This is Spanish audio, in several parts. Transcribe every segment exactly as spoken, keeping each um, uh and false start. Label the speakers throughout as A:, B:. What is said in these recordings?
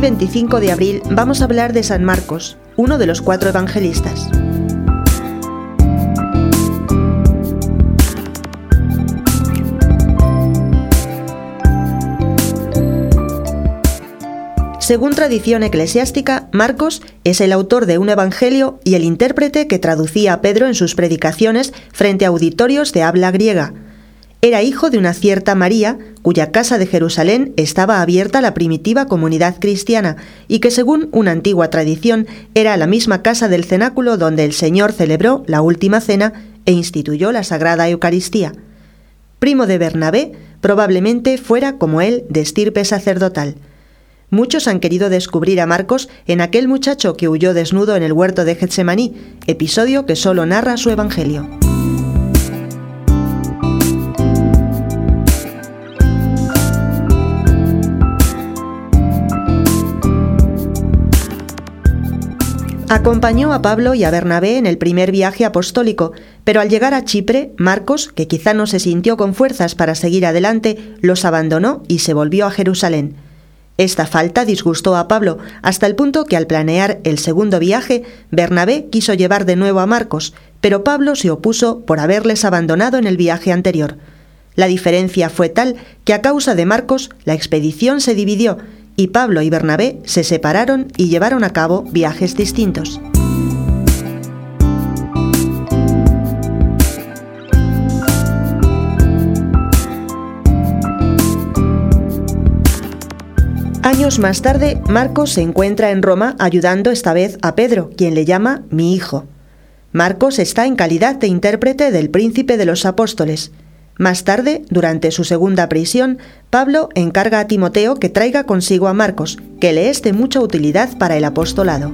A: veinticinco de abril vamos a hablar de San Marcos, uno de los cuatro evangelistas. Según tradición eclesiástica, Marcos es el autor de un evangelio y el intérprete que traducía a Pedro en sus predicaciones frente a auditorios de habla griega. Era hijo de una cierta María, cuya casa de Jerusalén estaba abierta a la primitiva comunidad cristiana y que, según una antigua tradición, era la misma casa del cenáculo donde el Señor celebró la última cena e instituyó la Sagrada Eucaristía. Primo de Bernabé, probablemente fuera, como él, de estirpe sacerdotal. Muchos han querido descubrir a Marcos en aquel muchacho que huyó desnudo en el huerto de Getsemaní, episodio que solo narra su evangelio. Acompañó a Pablo y a Bernabé en el primer viaje apostólico, pero al llegar a Chipre, Marcos, que quizá no se sintió con fuerzas para seguir adelante, los abandonó y se volvió a Jerusalén. Esta falta disgustó a Pablo, hasta el punto que al planear el segundo viaje, Bernabé quiso llevar de nuevo a Marcos, pero Pablo se opuso por haberles abandonado en el viaje anterior. La diferencia fue tal que a causa de Marcos, la expedición se dividió, y Pablo y Bernabé se separaron y llevaron a cabo viajes distintos. Años más tarde, Marcos se encuentra en Roma ayudando esta vez a Pedro, quien le llama mi hijo. Marcos está en calidad de intérprete del príncipe de los apóstoles. Más tarde, durante su segunda prisión, Pablo encarga a Timoteo que traiga consigo a Marcos, que le es de mucha utilidad para el apostolado.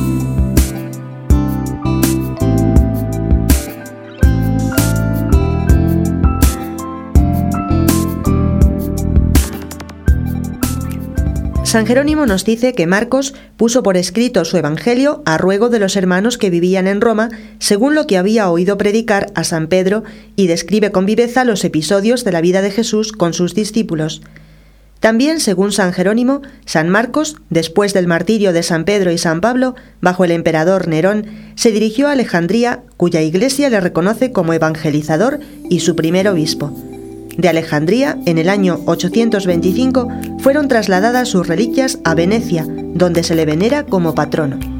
A: San Jerónimo nos dice que Marcos puso por escrito su evangelio a ruego de los hermanos que vivían en Roma, según lo que había oído predicar a San Pedro, y describe con viveza los episodios de la vida de Jesús con sus discípulos. También, según San Jerónimo, San Marcos, después del martirio de San Pedro y San Pablo, bajo el emperador Nerón, se dirigió a Alejandría, cuya iglesia le reconoce como evangelizador y su primer obispo. De Alejandría, en el año ochocientos veinticinco, fueron trasladadas sus reliquias a Venecia, donde se le venera como patrono.